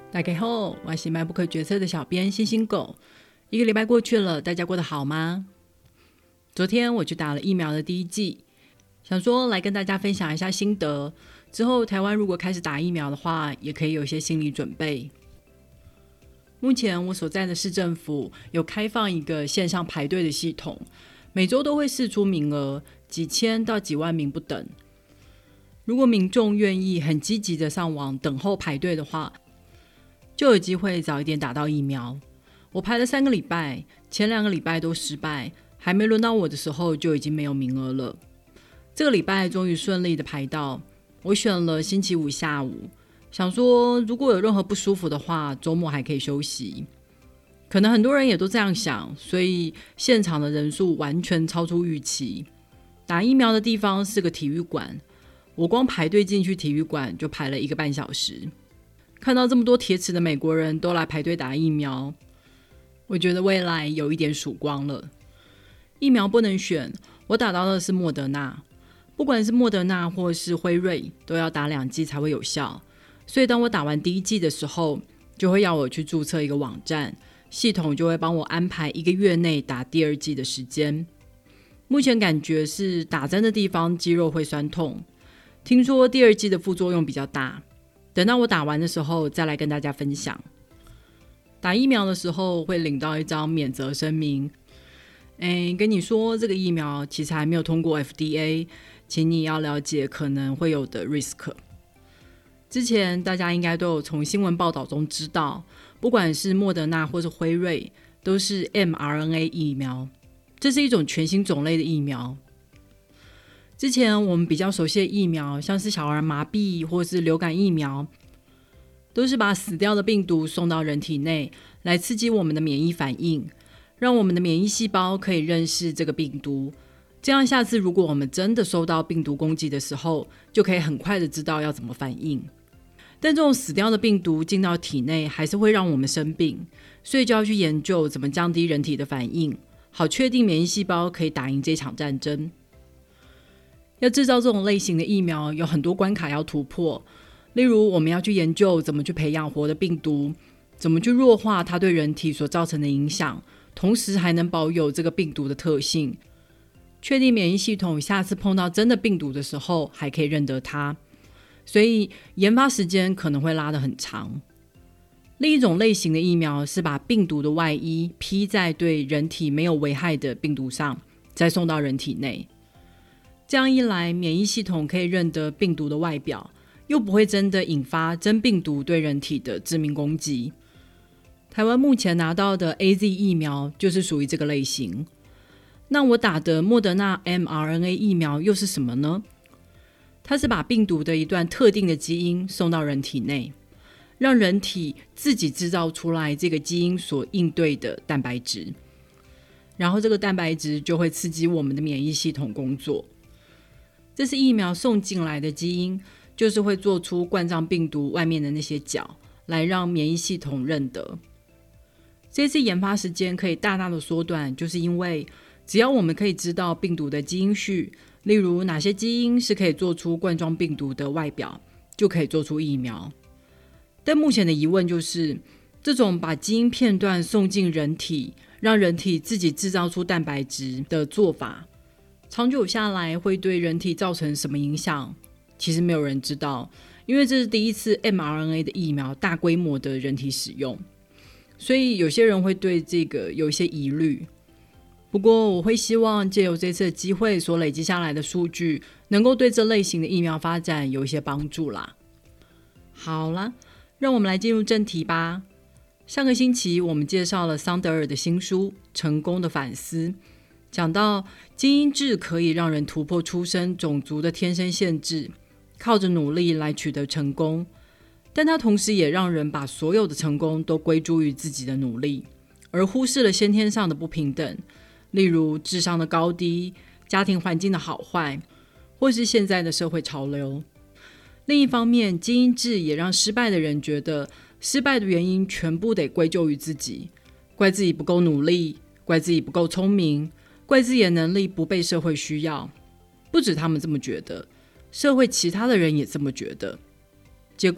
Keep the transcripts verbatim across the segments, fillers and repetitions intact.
大家好，我是卖不可决策的小编星星狗。一个礼拜过去了，大家过得好吗？昨天我去打了疫苗的第一剂，想说来跟大家分享一下心得，之后台湾如果开始打疫苗的话，也可以有一些心理准备。目前我所在的市政府有开放一个线上排队的系统，每周都会释出名额，几千到几万名不等。如果民众愿意很积极的上网等候排队的话，就有机会早一点打到疫苗。我排了三个礼拜，前两个礼拜都失败，还没轮到我的时候就已经没有名额了。这个礼拜终于顺利的排到，我选了星期五下午，想说如果有任何不舒服的话，周末还可以休息。可能很多人也都这样想，所以现场的人数完全超出预期。打疫苗的地方是个体育馆，我光排队进去体育馆就排了一个半小时。看到这么多铁齿的美国人都来排队打疫苗，我觉得未来有一点曙光了。疫苗不能选，我打到的是莫德纳，不管是莫德纳或是辉瑞，都要打两剂才会有效。所以当我打完第一剂的时候，就会要我去注册一个网站，系统就会帮我安排一个月内打第二剂的时间。目前感觉是打针的地方肌肉会酸痛，听说第二剂的副作用比较大，等到我打完的时候再来跟大家分享。打疫苗的时候会领到一张免责声明，诶，跟你说这个疫苗其实还没有通过 F D A， 请你要了解可能会有的 risk。 之前大家应该都有从新闻报道中知道，不管是莫德纳或是辉瑞都是 M R N A 疫苗，这是一种全新种类的疫苗。之前我们比较熟悉的疫苗，像是小儿麻痹或是流感疫苗，都是把死掉的病毒送到人体内，来刺激我们的免疫反应，让我们的免疫细胞可以认识这个病毒，这样下次如果我们真的受到病毒攻击的时候，就可以很快的知道要怎么反应。但这种死掉的病毒进到体内还是会让我们生病，所以就要去研究怎么降低人体的反应，好确定免疫细胞可以打赢这场战争。要制造这种类型的疫苗，有很多关卡要突破，例如我们要去研究怎么去培养活的病毒，怎么去弱化它对人体所造成的影响，同时还能保有这个病毒的特性，确定免疫系统下次碰到真的病毒的时候还可以认得它，所以研发时间可能会拉得很长。另一种类型的疫苗是把病毒的外衣披在对人体没有危害的病毒上，再送到人体内。这样一来，免疫系统可以认得病毒的外表，又不会真的引发真病毒对人体的致命攻击。台湾目前拿到的 A Z 疫苗就是属于这个类型。那我打的莫德纳 M R N A 疫苗又是什么呢？它是把病毒的一段特定的基因送到人体内，让人体自己制造出来这个基因所应对的蛋白质，然后这个蛋白质就会刺激我们的免疫系统工作。这是疫苗送进来的基因，就是会做出冠状病毒外面的那些角，来让免疫系统认得。这次研发时间可以大大的缩短，就是因为只要我们可以知道病毒的基因序，例如哪些基因是可以做出冠状病毒的外表，就可以做出疫苗。但目前的疑问就是，这种把基因片段送进人体，让人体自己制造出蛋白质的做法，长久下来会对人体造成什么影响？其实没有人知道，因为这是第一次 M R N A 的疫苗大规模的人体使用，所以有些人会对这个有一些疑虑。不过我会希望借由这次的机会所累积下来的数据，能够对这类型的疫苗发展有一些帮助啦。好啦，让我们来进入正题吧。上个星期我们介绍了桑德尔的新书《成功的反思》，讲到基因制可以让人突破出生种族的天生限制，靠着努力来取得成功，但它同时也让人把所有的成功都归诸于自己的努力，而忽视了先天上的不平等，例如智商的高低、家庭环境的好坏，或是现在的社会潮流。另一方面，基因制也让失败的人觉得失败的原因全部得归咎于自己，怪自己不够努力，怪自己不够聪明，怪自己的能力不被社会需要。不止他们这么觉得，社会其他的人也这么觉得。结果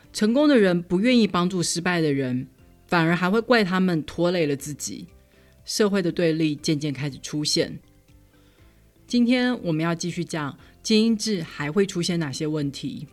成功的人不愿意帮助失败的人，反而还会怪他们拖累了自己，社会的对立渐渐开始出现。今天我们要继续讲精英制还会出现哪些问题。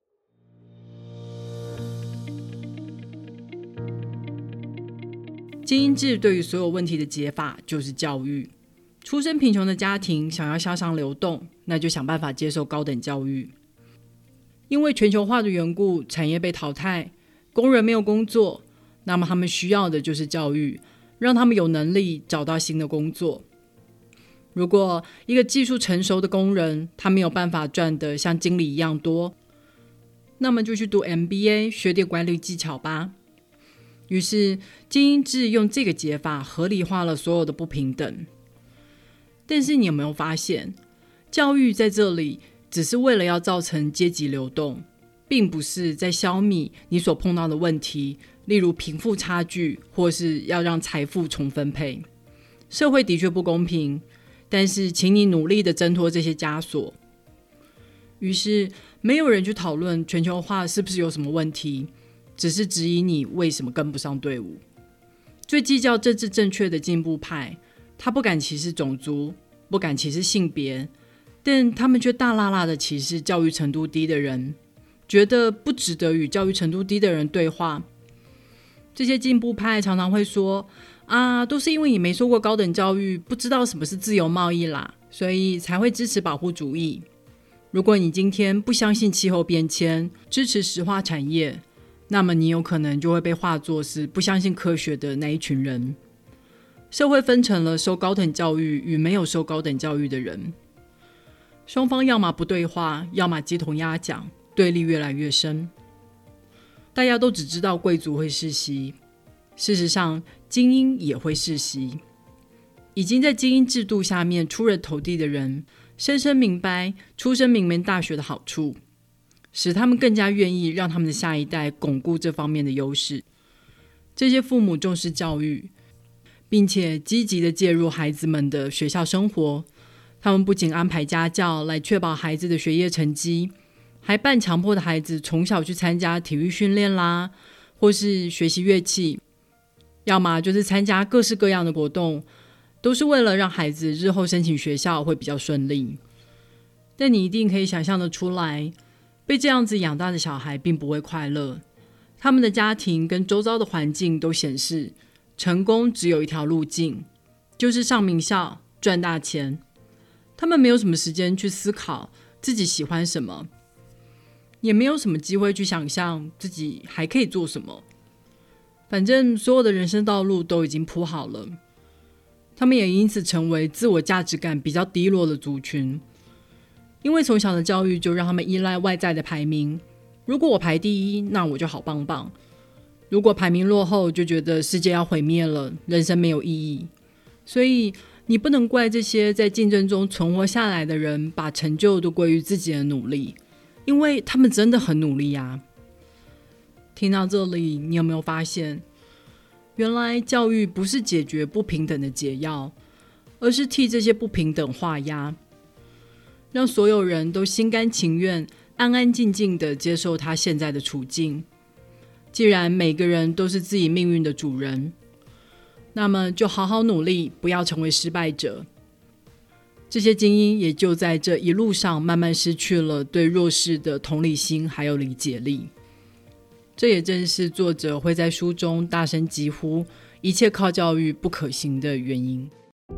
精英制对于所有问题的解法就是教育。出身贫穷的家庭想要向上流动，那就想办法接受高等教育。因为全球化的缘故，产业被淘汰，工人没有工作，那么他们需要的就是教育，让他们有能力找到新的工作。如果一个技术成熟的工人，他没有办法赚得像经理一样多，那么就去读 M B A 学点管理技巧吧。于是精英制用这个解法合理化了所有的不平等。但是你有没有发现，教育在这里只是为了要造成阶级流动，并不是在消弭你所碰到的问题，例如贫富差距，或是要让财富重分配。社会的确不公平，但是请你努力的挣脱这些枷锁。于是没有人去讨论全球化是不是有什么问题，只是质疑你为什么跟不上队伍。最计较政治正确的进步派，他不敢歧视种族，不敢歧视性别，但他们却大剌剌的歧视教育程度低的人，觉得不值得与教育程度低的人对话。这些进步派常常会说啊，都是因为你没受过高等教育，不知道什么是自由贸易啦，所以才会支持保护主义。如果你今天不相信气候变迁，支持石化产业，那么你有可能就会被划作是不相信科学的那一群人。社会分成了受高等教育与没有受高等教育的人，双方要么不对话，要么鸡同鸭讲，对立越来越深。大家都只知道贵族会世袭，事实上精英也会世袭。已经在精英制度下面出人头地的人，深深明白出身名门大学的好处，使他们更加愿意让他们的下一代巩固这方面的优势。这些父母重视教育，并且积极地介入孩子们的学校生活。他们不仅安排家教来确保孩子的学业成绩，还半强迫的孩子从小去参加体育训练啦，或是学习乐器，要么就是参加各式各样的活动，都是为了让孩子日后申请学校会比较顺利。但你一定可以想象得出来，被这样子养大的小孩并不会快乐。他们的家庭跟周遭的环境都显示，成功只有一条路径，就是上名校赚大钱。他们没有什么时间去思考自己喜欢什么，也没有什么机会去想象自己还可以做什么。反正所有的人生道路都已经铺好了，他们也因此成为自我价值感比较低落的族群。因为从小的教育就让他们依赖外在的排名，如果我排第一，那我就好棒棒。如果排名落后，就觉得世界要毁灭了，人生没有意义。所以你不能怪这些在竞争中存活下来的人把成就都归于自己的努力，因为他们真的很努力啊。听到这里，你有没有发现，原来教育不是解决不平等的解药，而是替这些不平等画押，让所有人都心甘情愿安安静静地接受他现在的处境。既然每个人都是自己命运的主人，那么就好好努力，不要成为失败者。这些精英也就在这一路上慢慢失去了对弱势的同理心还有理解力。这也正是作者会在书中大声疾呼一切靠教育不可行的原因。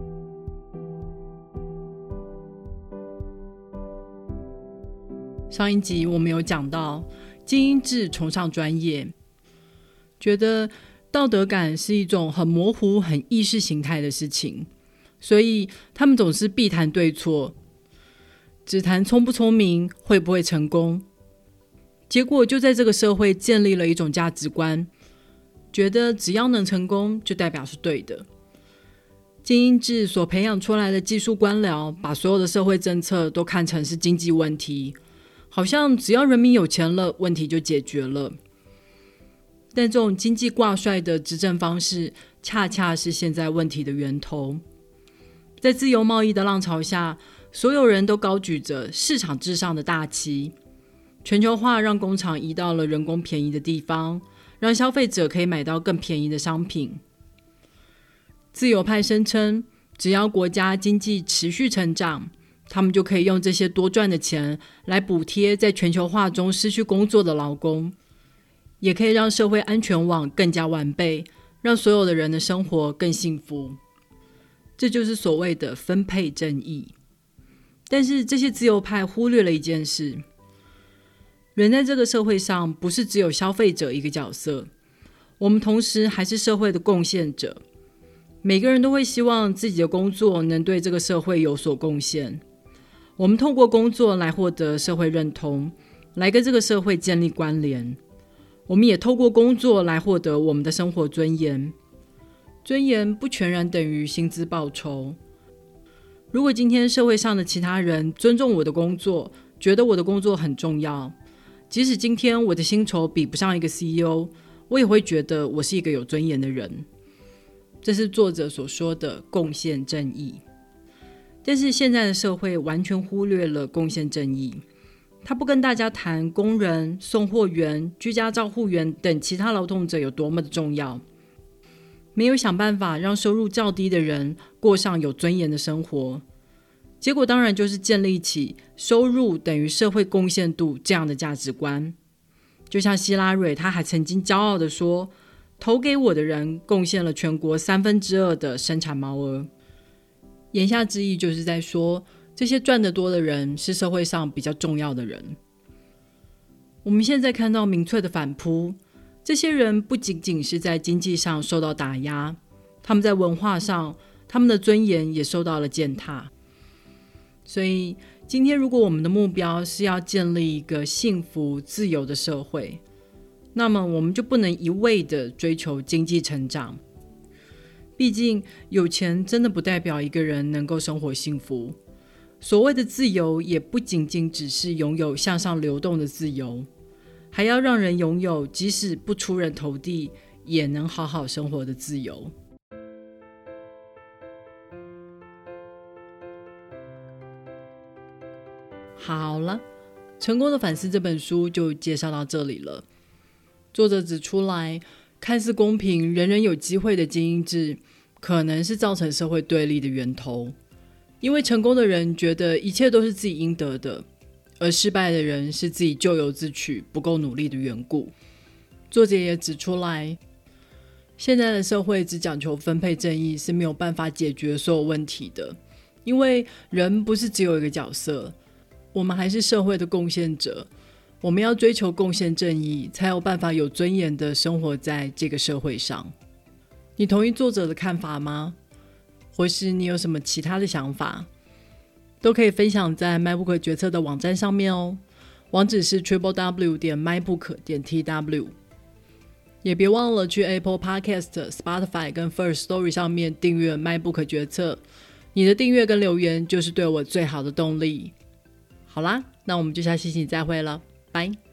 上一集我们有讲到，精英制崇尚专业，觉得道德感是一种很模糊很意识形态的事情，所以他们总是避谈对错，只谈聪不聪明，会不会成功。结果就在这个社会建立了一种价值观，觉得只要能成功就代表是对的。精英制所培养出来的技术官僚，把所有的社会政策都看成是经济问题，好像只要人民有钱了，问题就解决了。但这种经济挂帅的执政方式，恰恰是现在问题的源头。在自由贸易的浪潮下，所有人都高举着市场至上的大旗， 全球化让工厂移到了人工便宜的地方，让消费者可以买到更便宜的商品。自由派声称，只要国家经济持续成长，他们就可以用这些多赚的钱来补贴在全球化中失去工作的劳工，也可以让社会安全网更加完备，让所有的人的生活更幸福。这就是所谓的分配正义。但是这些自由派忽略了一件事，人在这个社会上不是只有消费者一个角色，我们同时还是社会的贡献者。每个人都会希望自己的工作能对这个社会有所贡献。我们透过工作来获得社会认同，来跟这个社会建立关联。我们也透过工作来获得我们的生活尊严。尊严不全然等于薪资报酬。如果今天社会上的其他人尊重我的工作，觉得我的工作很重要，即使今天我的薪酬比不上一个 C E O， 我也会觉得我是一个有尊严的人。这是作者所说的贡献正义。但是现在的社会完全忽略了贡献正义，他不跟大家谈工人、送货员、居家照护员等其他劳动者有多么的重要，没有想办法让收入较低的人过上有尊严的生活。结果当然就是建立起收入等于社会贡献度这样的价值观。就像希拉蕊，他还曾经骄傲地说，投给我的人贡献了全国三分之二的生产毛额。言下之意就是在说，这些赚得多的人是社会上比较重要的人。我们现在看到民粹的反扑，这些人不仅仅是在经济上受到打压，他们在文化上，他们的尊严也受到了践踏。所以今天如果我们的目标是要建立一个幸福自由的社会，那么我们就不能一味的追求经济成长。毕竟有钱真的不代表一个人能够生活幸福。所谓的自由也不仅仅只是拥有向上流动的自由，还要让人拥有即使不出人头地也能好好生活的自由。好了，成功的反思这本书就介绍到这里了。作者指出来，看似公平人人有机会的精英制可能是造成社会对立的源头，因为成功的人觉得一切都是自己应得的，而失败的人是自己咎由自取不够努力的缘故。作者也指出来，现在的社会只讲求分配正义是没有办法解决所有问题的，因为人不是只有一个角色，我们还是社会的贡献者。我们要追求贡献正义，才有办法有尊严的生活在这个社会上。你同意作者的看法吗？或是你有什么其他的想法，都可以分享在 MyBook 决策的网站上面哦。网址是 double u double u double u 点 mybook 点 t w。 也别忘了去 Apple Podcast、Spotify 跟 First Story 上面订阅 MyBook 决策，你的订阅跟留言就是对我最好的动力。好啦，那我们就下期再会了，拜。